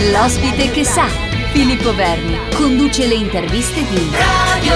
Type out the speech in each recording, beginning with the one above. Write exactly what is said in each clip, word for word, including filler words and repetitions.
L'ospite che sa. Filippo Verni conduce le interviste di Radio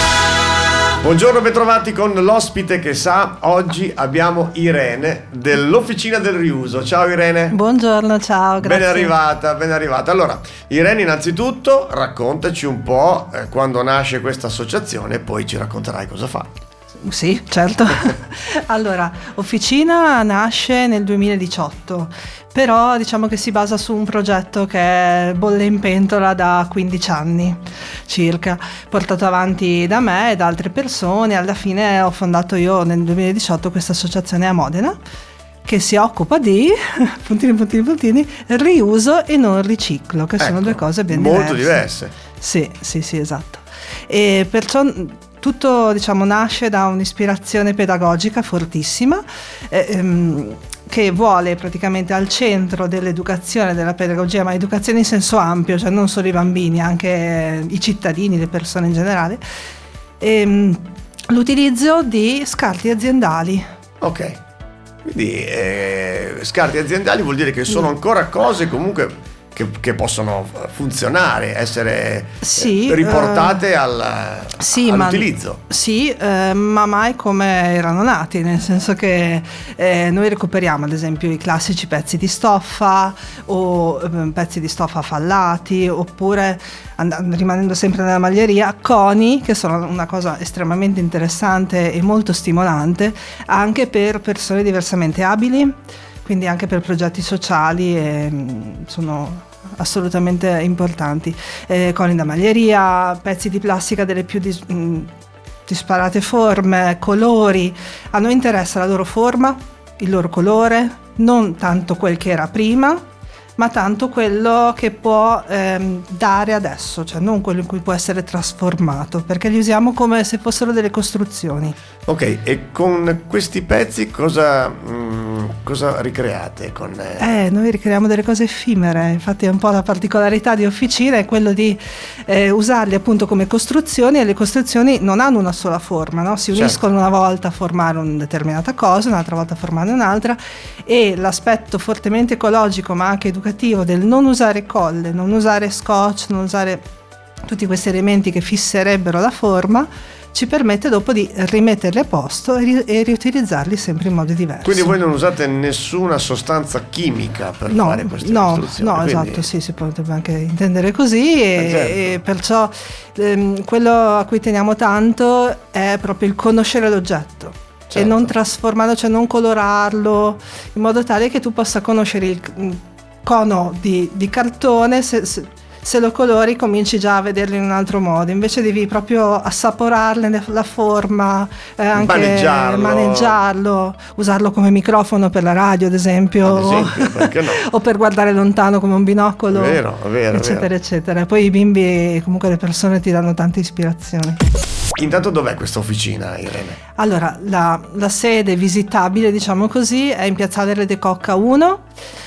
Star. Buongiorno, bentrovati con l'ospite che sa. Oggi abbiamo Irene dell'Officina del Riuso. Ciao Irene. Buongiorno, ciao, grazie. Ben arrivata, ben arrivata. Allora, Irene, innanzitutto raccontaci un po' eh, quando nasce questa associazione e poi ci racconterai cosa fa. Sì, certo. Allora, Officina nasce nel duemiladiciotto, però diciamo che si basa su un progetto che bolle in pentola da quindici anni circa, portato avanti da me e da altre persone. Alla fine ho fondato io nel duemiladiciotto questa associazione a Modena che si occupa di, puntini puntini puntini, riuso e non riciclo, che ecco, sono due cose ben molto diverse. diverse. Sì, sì, sì, esatto. E perciò tutto, diciamo, nasce da un'ispirazione pedagogica fortissima, eh, ehm, che vuole praticamente al centro dell'educazione, della pedagogia, ma educazione in senso ampio, cioè non solo i bambini, anche i cittadini, le persone in generale, ehm, l'utilizzo di scarti aziendali. Ok, quindi eh, scarti aziendali vuol dire che sono ancora cose comunque Che, che possono funzionare, essere sì, eh, riportate uh, al, sì, all'utilizzo. Ma, sì, eh, ma mai come erano nati, nel senso che eh, noi recuperiamo ad esempio i classici pezzi di stoffa o eh, pezzi di stoffa fallati, oppure and- rimanendo sempre nella maglieria, coni, che sono una cosa estremamente interessante e molto stimolante anche per persone diversamente abili, quindi anche per progetti sociali, e, mh, sono assolutamente importanti. Eh, coni da maglieria, pezzi di plastica delle più dis- mh, disparate forme, colori. A noi interessa la loro forma, il loro colore, non tanto quel che era prima, ma tanto quello che può ehm, dare adesso, cioè non quello in cui può essere trasformato, perché li usiamo come se fossero delle costruzioni. Ok, e con questi pezzi cosa, mh, cosa ricreate? Con, eh... eh, noi ricreiamo delle cose effimere, infatti è un po' la particolarità di Officina, è quello di eh, usarli appunto come costruzioni, e le costruzioni non hanno una sola forma, no? Si uniscono, certo, una volta a formare una determinata cosa, un'altra volta a formare un'altra, e l'aspetto fortemente ecologico ma anche educativo del non usare colle, non usare scotch, non usare tutti questi elementi che fisserebbero la forma, ci permette dopo di rimetterli a posto e, ri- e riutilizzarli sempre in modi diversi. Quindi voi non usate nessuna sostanza chimica per no, fare queste no, costruzioni? No, quindi... esatto, sì, si potrebbe anche intendere così, e, eh certo. e perciò ehm, quello a cui teniamo tanto è proprio il conoscere l'oggetto. Certo. E non trasformarlo, cioè non colorarlo, in modo tale che tu possa conoscere il cono di, di cartone, se, se, se lo colori cominci già a vederlo in un altro modo, invece devi proprio assaporarne la forma, eh, anche maneggiarlo. maneggiarlo, usarlo come microfono per la radio ad esempio, ad esempio perché no? O per guardare lontano come un binocolo, è vero, è vero, eccetera è vero. eccetera. Poi i bimbi, comunque le persone ti danno tante ispirazioni. Intanto dov'è questa officina, Irene? Allora, la, la sede visitabile, diciamo così, è in Piazzale Re de Cocca uno,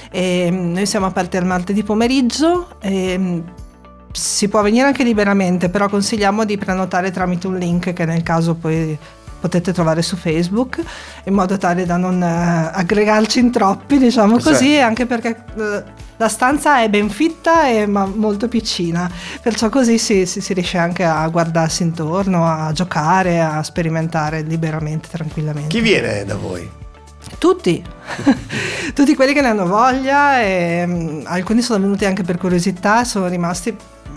e noi siamo aperti al martedì pomeriggio, e si può venire anche liberamente, però consigliamo di prenotare tramite un link che nel caso poi potete trovare su Facebook, in modo tale da non eh, aggregarci in troppi, diciamo così, certo. Anche perché eh, la stanza è ben fitta e ma molto piccina, perciò così si, si, si riesce anche a guardarsi intorno, a giocare, a sperimentare liberamente, tranquillamente. Chi viene da voi? Tutti, tutti quelli che ne hanno voglia, e um, alcuni sono venuti anche per curiosità, sono rimasti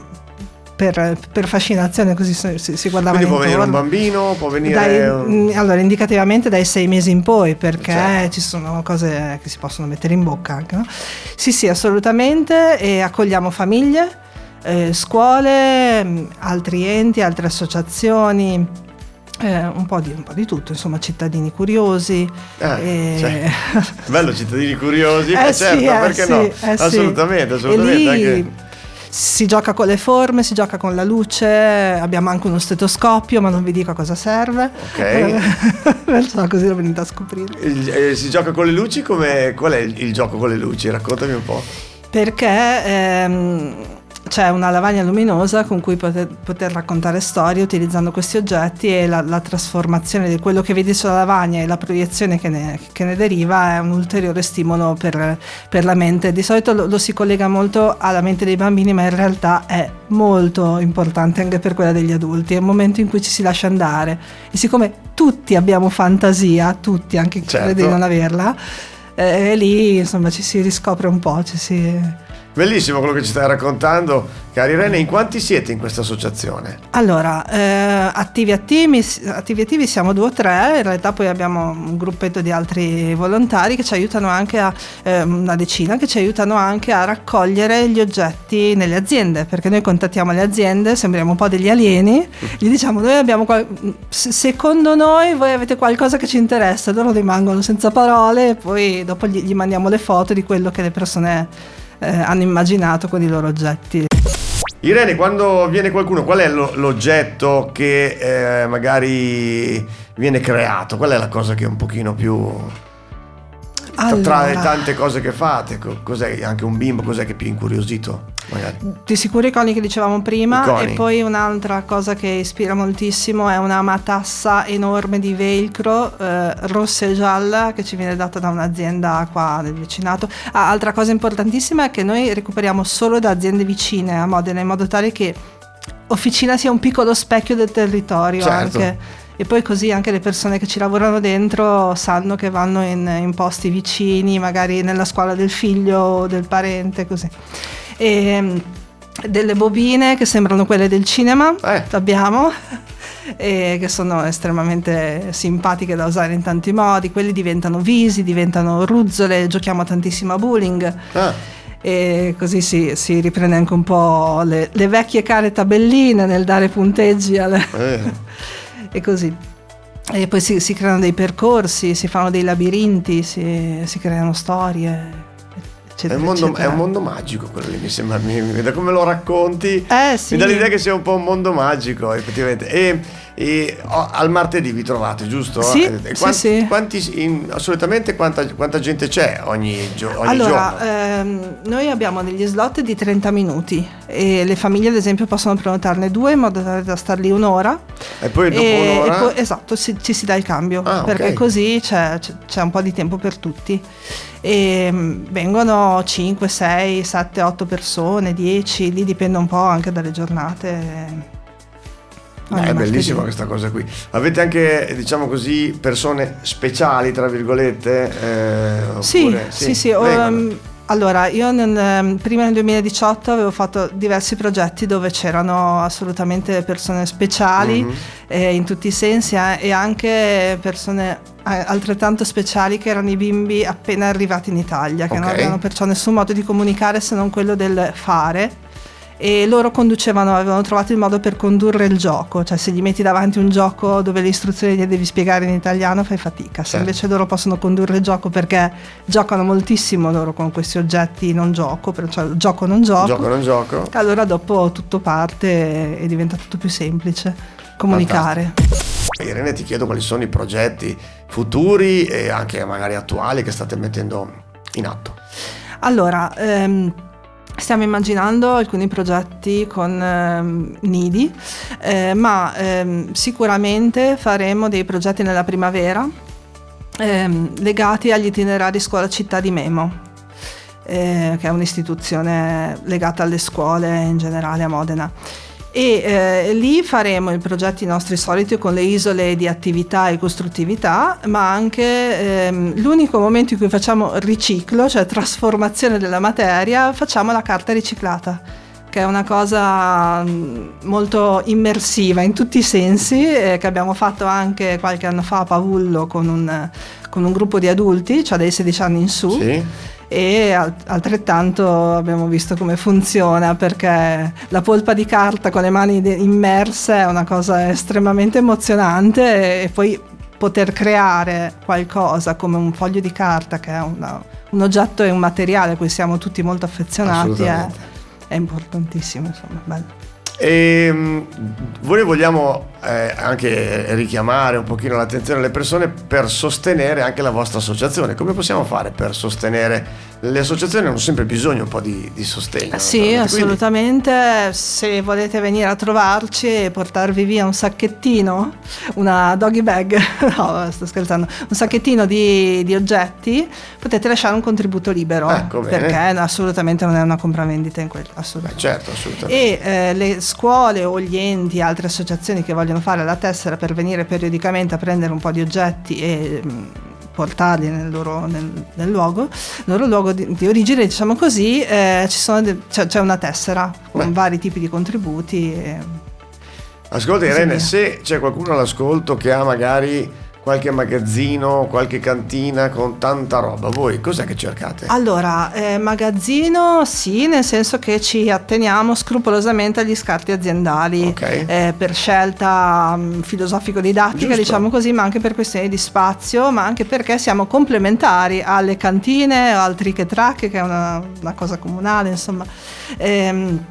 per, per fascinazione, così si, si guardavano intorno. Quindi può venire un bambino, può venire... Dai, un... Allora, indicativamente dai sei mesi in poi, perché certo. Ci sono cose che si possono mettere in bocca anche, no? Sì, sì, assolutamente, e accogliamo famiglie, eh, scuole, altri enti, altre associazioni. Eh, un, po di, un po' di tutto, insomma, cittadini curiosi. Ah, e... cioè, bello, cittadini curiosi, eh eh certo, sì, eh perché sì, no? Eh assolutamente, sì. assolutamente. E lì anche... si gioca con le forme, si gioca con la luce, abbiamo anche uno stetoscopio, ma non vi dico a cosa serve. Ok. Perciò così lo venite a scoprire. Il, eh, si gioca con le luci? Come, qual è il, il gioco con le luci? Raccontami un po'. Perché... Ehm, c'è una lavagna luminosa con cui poter, poter raccontare storie utilizzando questi oggetti, e la, la trasformazione di quello che vedi sulla lavagna e la proiezione che ne, che ne deriva è un ulteriore stimolo per, per la mente. Di solito lo, lo si collega molto alla mente dei bambini, ma in realtà è molto importante anche per quella degli adulti. È un momento in cui ci si lascia andare, e siccome tutti abbiamo fantasia, tutti, anche chi certo. crede di non averla, eh, e lì insomma ci si riscopre un po', ci si... Bellissimo quello che ci stai raccontando, cari Irene. In quanti siete in questa associazione? Allora, eh, attivi attivi, attivi attivi siamo due o tre, in realtà poi abbiamo un gruppetto di altri volontari che ci aiutano anche a, eh, una decina, che ci aiutano anche a raccogliere gli oggetti nelle aziende, perché noi contattiamo le aziende, sembriamo un po' degli alieni, gli diciamo noi abbiamo, qual- secondo noi voi avete qualcosa che ci interessa, loro rimangono senza parole, e poi dopo gli, gli mandiamo le foto di quello che le persone Eh, hanno immaginato con i loro oggetti. Irene, quando viene qualcuno, qual è lo, l'oggetto che eh, magari viene creato? Qual è la cosa che è un pochino più... Allora, tra le tante cose che fate, cos'è anche un bimbo, cos'è che è più incuriosito? Magari? Di sicuro i coni che dicevamo prima, coni. E poi un'altra cosa che ispira moltissimo è una matassa enorme di velcro eh, rossa e gialla che ci viene data da un'azienda qua del vicinato. Ah, altra cosa importantissima è che noi recuperiamo solo da aziende vicine a Modena, in modo tale che Officina sia un piccolo specchio del territorio, certo. Anche. E poi così anche le persone che ci lavorano dentro sanno che vanno in, in posti vicini, magari nella scuola del figlio o del parente, così. E delle bobine che sembrano quelle del cinema, eh. abbiamo, e che sono estremamente simpatiche da usare in tanti modi. Quelli diventano visi, diventano ruzzole, giochiamo tantissimo a bowling. Ah. E così si, si riprende anche un po' le, le vecchie care tabelline nel dare punteggi alle... Eh. E così. E poi si, si creano dei percorsi, si fanno dei labirinti, si, si creano storie, eccetera, è, un mondo, eccetera. È un mondo magico quello lì, mi sembra, mi, mi, da come lo racconti, eh, sì. mi dà l'idea che sia un po' un mondo magico, effettivamente. E, e oh, al martedì vi trovate, giusto? Sì, e quanti, sì, sì. Quanti, in, solitamente quanta, quanta gente c'è ogni, gio, ogni allora, giorno? Ehm, noi abbiamo degli slot di trenta minuti e le famiglie ad esempio possono prenotarne due in modo tale da star lì un'ora. E poi dopo e, un'ora? E poi, esatto, si, ci si dà il cambio, ah, perché okay. così c'è, c'è un po' di tempo per tutti. E mh, vengono cinque, sei, sette, otto persone, dieci, lì dipende un po' anche dalle giornate. Beh, è bellissima questa cosa qui. Avete anche, diciamo così, persone speciali, tra virgolette? Eh, sì, oppure, sì, sì, sì. Um, allora, io nel, prima nel duemiladiciotto avevo fatto diversi progetti dove c'erano assolutamente persone speciali, mm-hmm. eh, in tutti i sensi, eh, e anche persone altrettanto speciali che erano i bimbi appena arrivati in Italia, che okay. non avevano perciò nessun modo di comunicare se non quello del fare. E loro conducevano, avevano trovato il modo per condurre il gioco, cioè se gli metti davanti un gioco dove le istruzioni le devi spiegare in italiano fai fatica, se certo. invece loro possono condurre il gioco perché giocano moltissimo loro con questi oggetti non gioco, cioè gioco non gioco, gioco non gioco, allora dopo tutto parte e diventa tutto più semplice comunicare. Fantastico. Irene, ti chiedo quali sono i progetti futuri e anche magari attuali che state mettendo in atto. Allora, ehm, stiamo immaginando alcuni progetti con ehm, nidi, eh, ma ehm, sicuramente faremo dei progetti nella primavera ehm, legati agli itinerari scuola città di Memo, eh, che è un'istituzione legata alle scuole in generale a Modena. E eh, lì faremo i progetti nostri soliti con le isole di attività e costruttività, ma anche ehm, l'unico momento in cui facciamo riciclo, cioè trasformazione della materia, facciamo la carta riciclata, che è una cosa molto immersiva in tutti i sensi, eh, che abbiamo fatto anche qualche anno fa a Pavullo con un, con un gruppo di adulti, cioè dai sedici anni in su. Sì. E altrettanto abbiamo visto come funziona, perché la polpa di carta con le mani immerse è una cosa estremamente emozionante, e poi poter creare qualcosa come un foglio di carta, che è una, un oggetto e un materiale a cui siamo tutti molto affezionati, è, è importantissimo, insomma, bello. E mh, voi vogliamo eh, anche richiamare un pochino l'attenzione alle persone per sostenere anche la vostra associazione. Come possiamo fare per sostenere? Le associazioni hanno sempre bisogno un po' di, di sostegno. Sì, assolutamente. Quindi, se volete venire a trovarci e portarvi via un sacchettino, una doggy bag, no, sto scherzando, un sacchettino di, di oggetti, potete lasciare un contributo libero, ecco, perché assolutamente non è una compravendita in quello. Assolutamente. Beh, certo, assolutamente. E eh, le scuole o gli enti, altre associazioni che vogliono fare la tessera per venire periodicamente a prendere un po' di oggetti e mh, portarli nel loro, nel, nel luogo, nel loro luogo di, di origine, diciamo così, eh, ci sono de, c'è, c'è una tessera con Beh. vari tipi di contributi. E, ascolta Irene, se c'è qualcuno all'ascolto che ha magari qualche magazzino, qualche cantina con tanta roba, voi cos'è che cercate? Allora, eh, magazzino sì, nel senso che ci atteniamo scrupolosamente agli scarti aziendali, okay. eh, per scelta um, filosofico-didattica, Giusto. diciamo così, ma anche per questioni di spazio, ma anche perché siamo complementari alle cantine o al trick e track, che è una, una cosa comunale, insomma. Ehm,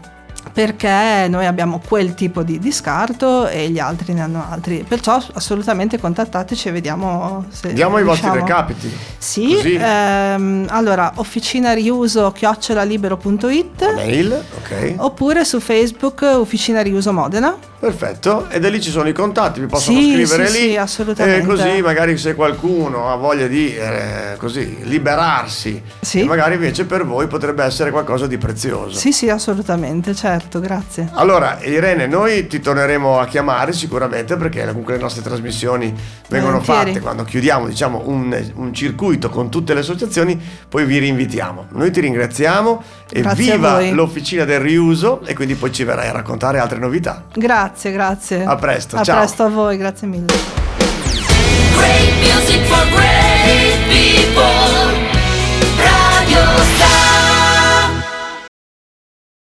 perché noi abbiamo quel tipo di, di scarto e gli altri ne hanno altri, perciò assolutamente contattateci e vediamo se diamo i riusciamo. vostri recapiti. Sì, ehm, allora officina riuso chiocciola libero punto it, mail, ok, oppure su Facebook Officina Riuso Modena. Perfetto, e da lì ci sono i contatti, vi possono sì, scrivere sì, lì, sì, assolutamente. E così magari se qualcuno ha voglia di eh, così liberarsi, sì. e magari invece per voi potrebbe essere qualcosa di prezioso. Sì, sì, assolutamente, certo, grazie. Allora Irene, noi ti torneremo a chiamare sicuramente, perché comunque le nostre trasmissioni vengono Volentieri. fatte quando chiudiamo, diciamo, un, un circuito con tutte le associazioni, poi vi rinvitiamo. Noi ti ringraziamo e Grazie viva a voi. l'Officina del Riuso, e quindi poi ci verrai a raccontare altre novità. Grazie, grazie. A presto, a ciao. A presto a voi, grazie mille. Great music for great people. Radio Star.